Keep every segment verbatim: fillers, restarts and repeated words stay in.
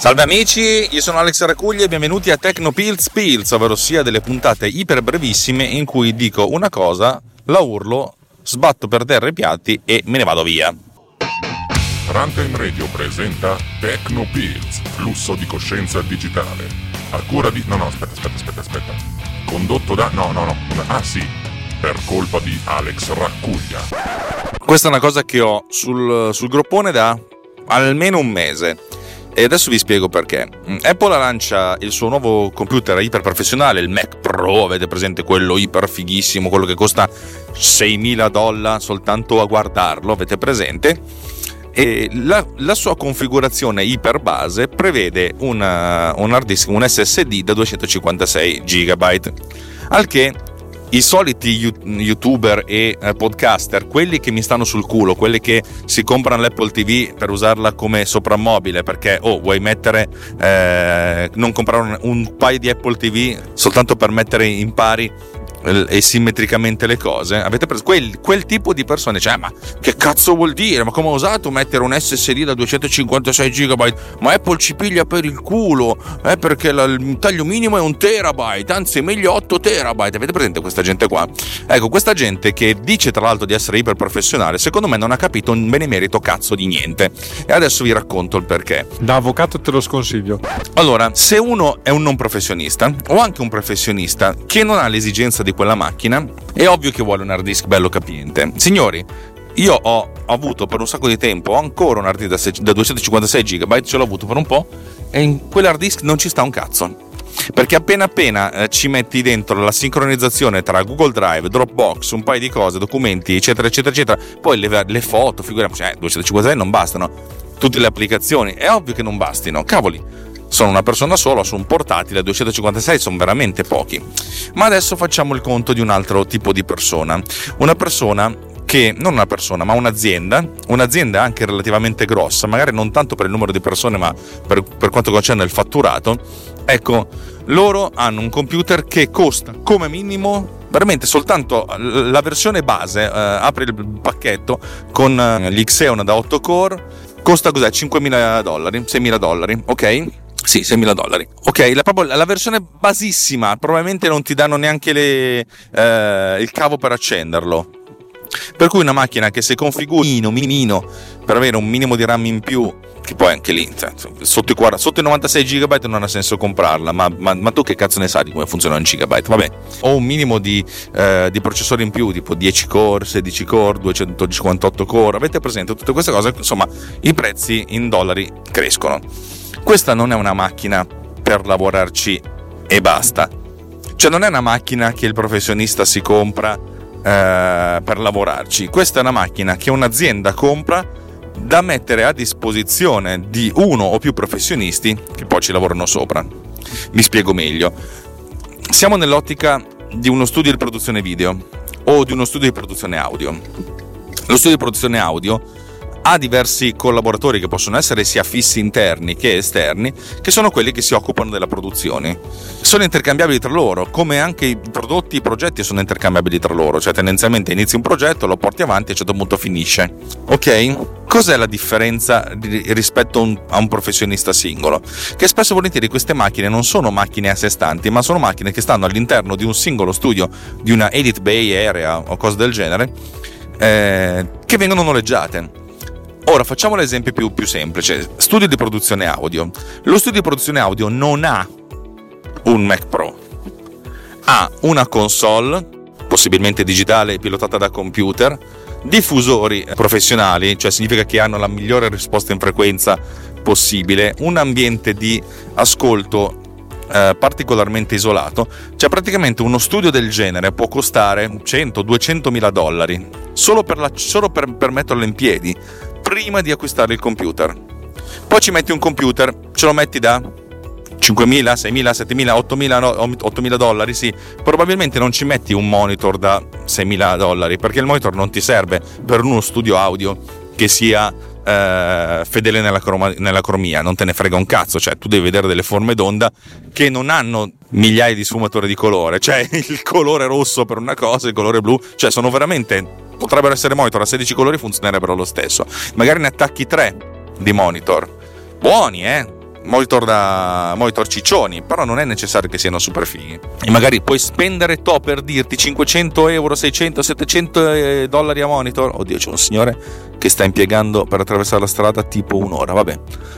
Salve amici, io sono Alex Racuglia e benvenuti a Tecnopills Pills, ovvero sia delle puntate iper brevissime in cui dico una cosa, la urlo, sbatto per terra i piatti e me ne vado via. Runtime Radio presenta Tecnopills, flusso di coscienza digitale. A cura di... No, no, aspetta, aspetta, aspetta, aspetta. Condotto da... No, no, no. Ah, sì. Per colpa di Alex Racuglia. Questa è una cosa che ho sul, sul groppone da almeno un mese. E adesso vi spiego perché. Apple lancia il suo nuovo computer iper professionale, il Mac Pro, avete presente quello iper fighissimo, quello che costa seimila dollari soltanto a guardarlo, avete presente? E la, la sua configurazione iper base prevede una, un hard disk, un S S D da duecentocinquantasei giga, al che i soliti youtuber e podcaster, quelli che mi stanno sul culo, quelli che si comprano l'Apple T V per usarla come soprammobile perché oh vuoi mettere eh, non comprare un, un paio di Apple T V soltanto per mettere in pari e simmetricamente le cose, avete preso quel, quel tipo di persone, cioè ma che cazzo vuol dire, ma come ho osato mettere un S S D da duecentocinquantasei giga, ma Apple ci piglia per il culo, eh, perché la, il taglio minimo è un terabyte, anzi è meglio otto terabyte, avete presente questa gente qua? Ecco, questa gente che dice tra l'altro di essere iper professionale, secondo me non ha capito un benemerito cazzo di niente, e adesso vi racconto il perché. Da avvocato te lo sconsiglio. Allora, se uno è un non professionista o anche un professionista che non ha l'esigenza di quella macchina, è ovvio che vuole un hard disk bello capiente. Signori, io ho avuto per un sacco di tempo, ho ancora un hard disk da duecentocinquantasei giga, ce l'ho avuto per un po', e in quell'hard disk non ci sta un cazzo, perché appena appena eh, ci metti dentro la sincronizzazione tra Google Drive, Dropbox, un paio di cose, documenti, eccetera eccetera eccetera, poi le, le foto, figuriamoci, eh, duecentocinquantasei non bastano, tutte le applicazioni, è ovvio che non bastino, cavoli. Sono una persona sola, su un portatile, duecentocinquantasei sono veramente pochi. Ma adesso facciamo il conto di un altro tipo di persona. Una persona che, non una persona, ma un'azienda, un'azienda anche relativamente grossa, magari non tanto per il numero di persone, ma per, per quanto concerne il fatturato. Ecco, loro hanno un computer che costa come minimo, veramente soltanto la versione base, eh, apri il pacchetto con eh, l'X Xeon da otto core, costa cos'è? cinquemila dollari, seimila dollari, ok? Sì, seimila dollari. Ok, la, proprio, la versione basissima, probabilmente non ti danno neanche le, eh, il cavo per accenderlo. Per cui una macchina che se configuri minimo per avere un minimo di RAM in più, che poi anche lì sotto i, quaranta, sotto i novantasei giga non ha senso comprarla, ma, ma, ma tu che cazzo ne sai di come funziona un gigabyte? Vabbè, o un minimo di, eh, di processori in più, tipo dieci core, sedici core, duecentocinquantotto core, avete presente tutte queste cose? Insomma, i prezzi in dollari crescono. Questa non è una macchina per lavorarci e basta, cioè non è una macchina che il professionista si compra eh, per lavorarci, questa è una macchina che un'azienda compra da mettere a disposizione di uno o più professionisti che poi ci lavorano sopra. Mi spiego meglio. Siamo nell'ottica di uno studio di produzione video o di uno studio di produzione audio. Lo studio di produzione audio ha diversi collaboratori che possono essere sia fissi interni che esterni, che sono quelli che si occupano della produzione. Sono intercambiabili tra loro, come anche i prodotti, i progetti sono intercambiabili tra loro, cioè tendenzialmente inizi un progetto, lo porti avanti e a un certo punto finisce. Ok? Cos'è la differenza rispetto a un, a un professionista singolo? Che spesso e volentieri queste macchine non sono macchine a sé stanti, ma sono macchine che stanno all'interno di un singolo studio, di una Edit Bay Area o cose del genere, eh, che vengono noleggiate. Ora facciamo l'esempio più, più semplice. Studio di produzione audio. Lo studio di produzione audio non ha un Mac Pro, ha una console, possibilmente digitale, pilotata da computer, diffusori professionali, cioè significa che hanno la migliore risposta in frequenza possibile, un ambiente di ascolto eh, particolarmente isolato. Cioè praticamente uno studio del genere può costare cento duecentomila dollari solo, per, la, solo per, per metterlo in piedi, prima di acquistare il computer. Poi ci metti un computer, ce lo metti da cinquemila, seimila, settemila, ottomila, no, ottomila dollari, sì, probabilmente non ci metti un monitor da seimila dollari, perché il monitor non ti serve per uno studio audio che sia eh, fedele nella, croma, nella cromia, non te ne frega un cazzo, cioè tu devi vedere delle forme d'onda che non hanno migliaia di sfumature di colore, cioè il colore rosso per una cosa, il colore blu, cioè sono veramente... potrebbero essere monitor a sedici colori, funzionerebbero lo stesso. Magari ne attacchi tre di monitor, buoni, eh? monitor da monitor ciccioni, però non è necessario che siano super fighi. E magari puoi spendere to per dirti cinquecento euro, seicento, settecento dollari a monitor. Oddio, c'è un signore che sta impiegando per attraversare la strada tipo un'ora, vabbè.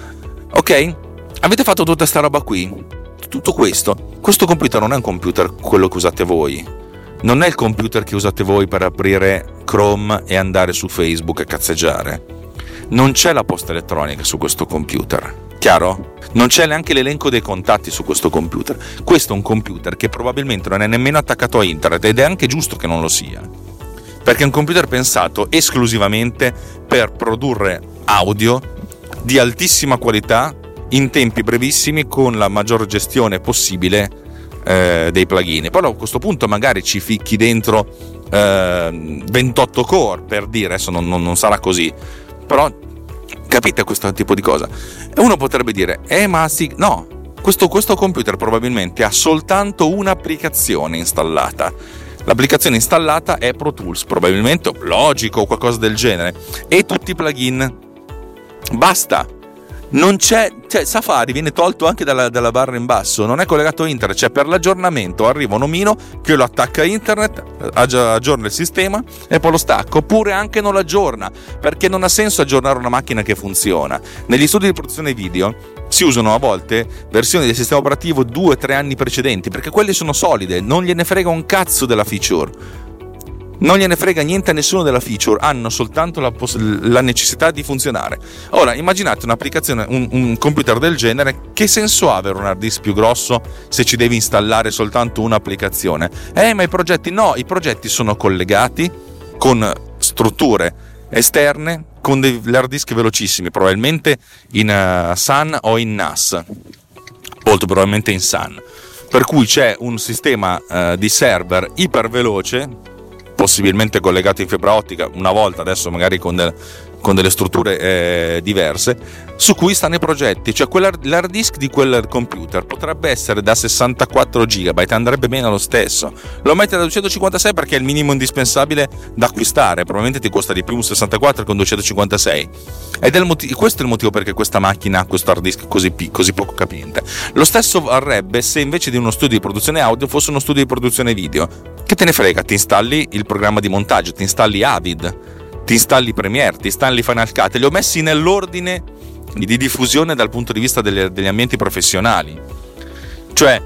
Ok, avete fatto tutta sta roba qui, tutto questo. Questo computer non è un computer quello che usate voi, non è il computer che usate voi per aprire Chrome e andare su Facebook e cazzeggiare. Non c'è la posta elettronica su questo computer, chiaro? Non c'è neanche l'elenco dei contatti su questo computer. Questo è un computer che probabilmente non è nemmeno attaccato a internet, ed è anche giusto che non lo sia, perché è un computer pensato esclusivamente per produrre audio di altissima qualità in tempi brevissimi con la maggior gestione possibile eh, dei plugin. Poi a questo punto magari ci ficchi dentro eh, ventotto core, per dire, adesso non, non, non sarà così, però capite questo tipo di cosa. E uno potrebbe dire eh ma sì, no, questo, questo computer probabilmente ha soltanto un'applicazione installata. L'applicazione installata è Pro Tools, probabilmente Logic o qualcosa del genere, e tutti i plugin. Basta. Non c'è, cioè Safari viene tolto anche dalla, dalla barra in basso, non è collegato a internet, cioè per l'aggiornamento arriva un omino che lo attacca a internet, aggiorna il sistema e poi lo stacca, oppure anche non lo aggiorna, perché non ha senso aggiornare una macchina che funziona. Negli studi di produzione video si usano a volte versioni del sistema operativo due o tre anni precedenti, perché quelle sono solide, non gliene frega un cazzo della feature. Non gliene frega niente a nessuno della feature, hanno soltanto la, poss- la necessità di funzionare. Ora immaginate un'applicazione, un, un computer del genere, che senso ha avere un hard disk più grosso se ci devi installare soltanto un'applicazione? Eh ma i progetti no, i progetti sono collegati con strutture esterne, con degli hard disk velocissimi, probabilmente in uh, S A N o in N A S, molto probabilmente in S A N, per cui c'è un sistema uh, di server iperveloce, possibilmente collegato in fibra ottica una volta, adesso magari con, del, con delle strutture eh, diverse, su cui stanno i progetti. Cioè l'hard disk di quel computer potrebbe essere da sessantaquattro giga, andrebbe bene lo stesso. Lo metti da duecentocinquantasei perché è il minimo indispensabile da acquistare, probabilmente ti costa di più un sessantaquattro che un duecentocinquantasei, ed è il motivo, questo è il motivo perché questa macchina ha questo hard disk così, così poco capiente. Lo stesso varrebbe se invece di uno studio di produzione audio fosse uno studio di produzione video. Che te ne frega, ti installi il programma di montaggio, ti installi Avid, ti installi Premiere, ti installi Final Cut, li ho messi nell'ordine di diffusione dal punto di vista delle, degli ambienti professionali. Cioè,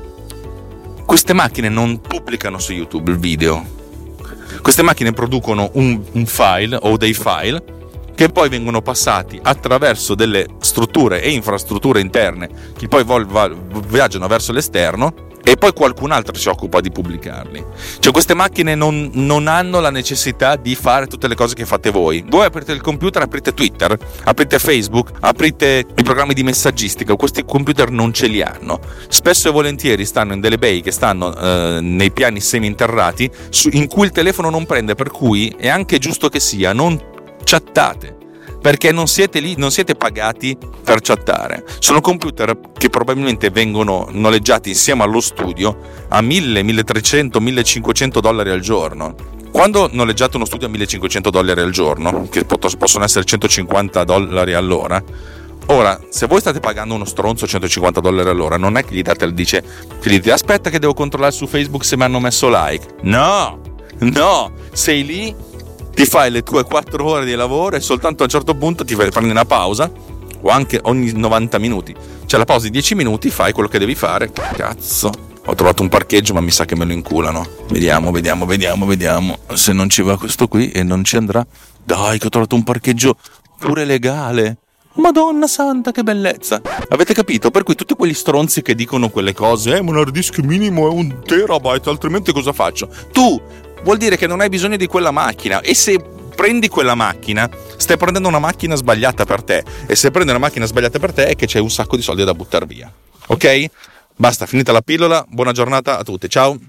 queste macchine non pubblicano su YouTube il video, queste macchine producono un, un file o dei file che poi vengono passati attraverso delle strutture e infrastrutture interne che poi vol- vol- viaggiano verso l'esterno, e poi qualcun altro si occupa di pubblicarli. Cioè queste macchine non, non hanno la necessità di fare tutte le cose che fate voi. Voi aprite il computer, aprite Twitter, aprite Facebook, aprite i programmi di messaggistica, questi computer non ce li hanno. Spesso e volentieri stanno in delle bay che stanno eh, nei piani semi-interrati su, in cui il telefono non prende, per cui è anche giusto che sia, non chattate, perché non siete lì, non siete pagati per chattare. Sono computer che probabilmente vengono noleggiati insieme allo studio a mille, milletrecento, millecinquecento dollari al giorno. Quando noleggiate uno studio a millecinquecento dollari al giorno, che possono essere centocinquanta dollari all'ora, ora se voi state pagando uno stronzo centocinquanta dollari all'ora, non è che gli date, dice, che gli dite aspetta che devo controllare su Facebook se mi hanno messo like. No, no, sei lì, ti fai le tue quattro ore di lavoro e soltanto a un certo punto ti prendi una pausa, o anche ogni novanta minuti, cioè la pausa di dieci minuti, fai quello che devi fare. Cazzo, ho trovato un parcheggio ma mi sa che me lo inculano. Vediamo, vediamo, vediamo, vediamo se non ci va questo qui, e non ci andrà. Dai che ho trovato un parcheggio pure legale. Madonna santa, che bellezza. Avete capito? Per cui tutti quegli stronzi che dicono quelle cose, eh ma un hard disk minimo è un terabyte, altrimenti cosa faccio? Tu vuol dire che non hai bisogno di quella macchina, e se prendi quella macchina stai prendendo una macchina sbagliata per te, e se prendi una macchina sbagliata per te è che c'è un sacco di soldi da buttare via. Ok? Basta, finita la pillola, buona giornata a tutti, ciao.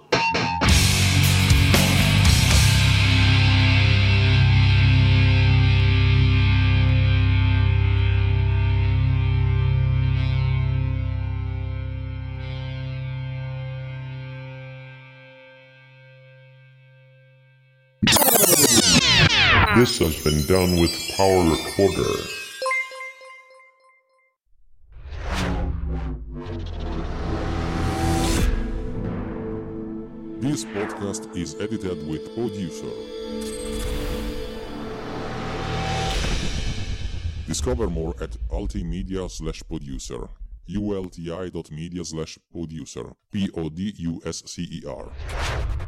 This has been done with Power Recorder. This podcast is edited with Producer. Discover more at ultimedia slash producer. ulti dot media slash producer. P O D U S C E R.